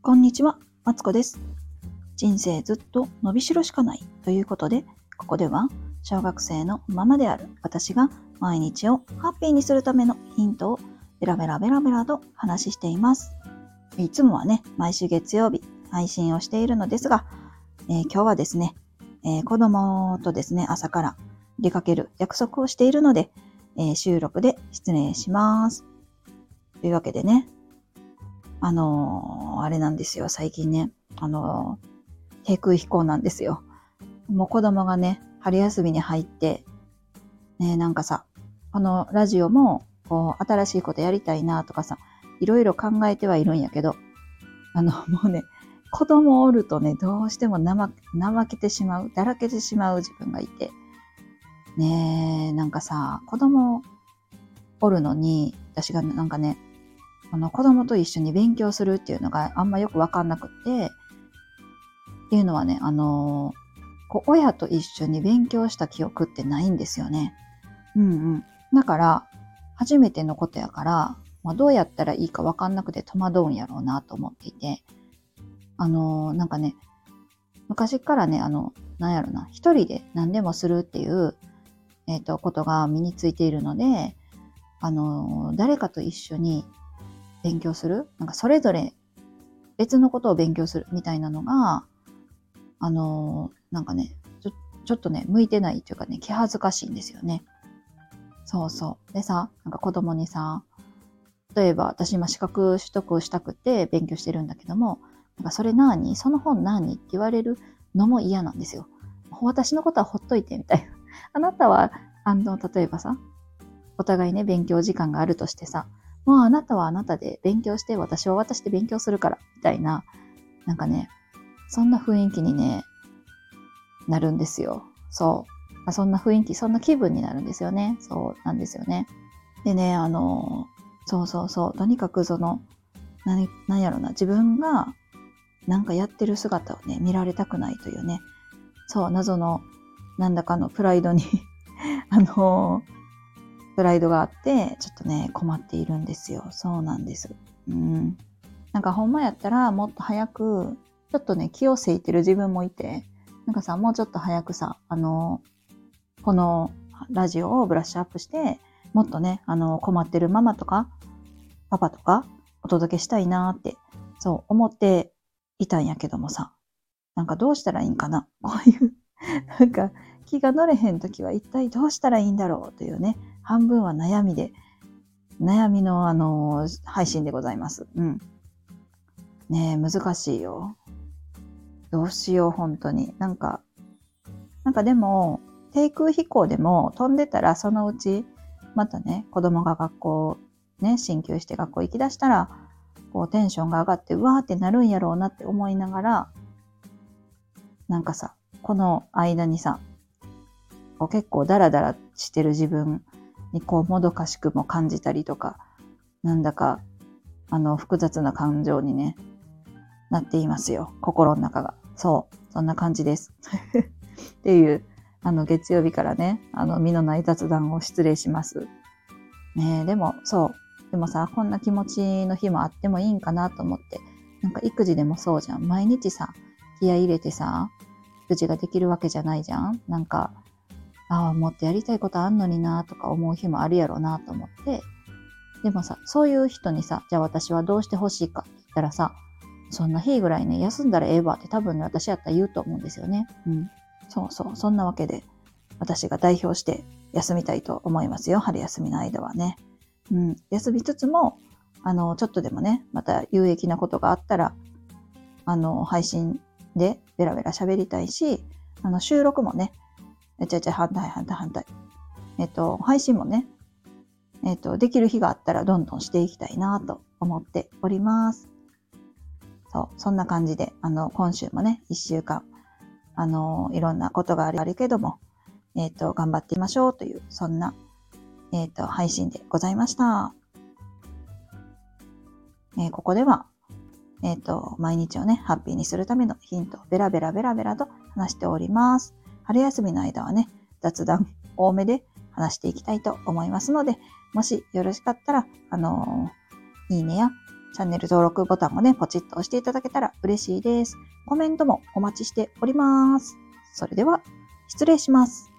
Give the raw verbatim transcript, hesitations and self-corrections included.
こんにちは、マツコです。人生ずっと伸びしろしかないということで、ここでは小学生のママである私が毎日をハッピーにするためのヒントをベラベラベラベラと話しています。いつもはね、毎週月曜日配信をしているのですが、えー、今日はですね、えー、子供とですね、朝から出かける約束をしているので、えー、収録で失礼します。というわけでね、あのー、あれなんですよ、最近ね、あのー、低空飛行なんですよ。もう子供がね、春休みに入って、ね、なんかさ、このラジオも、こう、新しいことやりたいなとかさ、いろいろ考えてはいるんやけど、あの、もうね、子供おるとね、どうしても怠けてしまう、だらけてしまう自分がいて、ねえ、なんかさ、子供おるのに、私がなんかね、あの子供と一緒に勉強するっていうのがあんまよくわかんなくって、っていうのはね、あのー、こう親と一緒に勉強した記憶ってないんですよね。うんうん。だから、初めてのことやから、まあ、どうやったらいいかわかんなくて戸惑うんやろうなと思っていて、あのー、なんかね、昔からね、あの、なんやろな、一人で何でもするっていう、えっと、ことが身についているので、あのー、誰かと一緒に勉強する、なんかそれぞれ別のことを勉強するみたいなのが、あのー、なんかねちょ、ちょっとね、向いてないというかね、気恥ずかしいんですよね。そうそう。でさ、なんか子供にさ、例えば私今資格取得したくて勉強してるんだけども、なんかそれ何？その本何？って言われるのも嫌なんですよ。私のことはほっといてみたいな。あなたは、あの、例えばさ、お互いね、勉強時間があるとしてさ、もうあなたはあなたで勉強して、私は私で勉強するから、みたいな、なんかね、そんな雰囲気にね、なるんですよ。そう。そんな雰囲気、そんな気分になるんですよね。そうなんですよね。でね、あの、そうそうそう、とにかくその、何、何やろな、自分がなんかやってる姿をね、見られたくないというね、そう、謎の、なんだかのプライドにあの、プライドがあって、ちょっとね、困っているんですよ。そうなんです。うん。なんかほんまやったらもっと早く、ちょっとね、気をせいてる自分もいて、なんかさ、もうちょっと早くさ、あの、このラジオをブラッシュアップして、もっとね、あの、困ってるママとか、パパとか、お届けしたいなーって、そう思っていたんやけどもさ、なんかどうしたらいいんかなこういう、なんか気が乗れへんときは一体どうしたらいいんだろうというね、半分は悩みで、悩みのあの、配信でございます。うん。ねえ、難しいよ。どうしよう、本当に。なんか、なんかでも、低空飛行でも飛んでたらそのうち、またね、子供が学校、ね、進級して学校行き出したら、こうテンションが上がって、うわーってなるんやろうなって思いながら、なんかさ、この間にさ、こう結構ダラダラしてる自分にこうもどかしくも感じたりとか、なんだか、あの、複雑な感情にね、なっていますよ。心の中が。そう。そんな感じです。っていう、あの、月曜日からね、あの、身のない雑談を失礼します。ねえ、でも、そう。でもさ、こんな気持ちの日もあってもいいんかなと思って。なんか育児でもそうじゃん。毎日さ、気合い入れてさ、育児ができるわけじゃないじゃん。なんか、ああ、もっとやりたいことあんのになとか思う日もあるやろうなと思って。でもさ、そういう人にさ、じゃあ私はどうしてほしいかって言ったらさ、そんな日ぐらいね、休んだらええわって多分ね、私やったら言うと思うんですよね。うん。そうそう。そんなわけで、私が代表して休みたいと思いますよ。春休みの間はね。うん。休みつつも、あの、ちょっとでもね、また有益なことがあったら、あの、配信でベラベラ喋りたいし、あの、収録もね、えちゃちゃ反対反対反対。えっと、配信もね、えっと、できる日があったらどんどんしていきたいなと思っております。そう、そんな感じで、あの、今週もね、一週間、あの、いろんなことがあるけども、えっと、頑張ってみましょうという、そんな、えっと、配信でございました。えー、ここでは、えっと、毎日をね、ハッピーにするためのヒントをベラベラベラベラと話しております。春休みの間はね、雑談多めで話していきたいと思いますので、もしよろしかったら、あのー、いいねやチャンネル登録ボタンをね、ポチッと押していただけたら嬉しいです。コメントもお待ちしております。それでは、失礼します。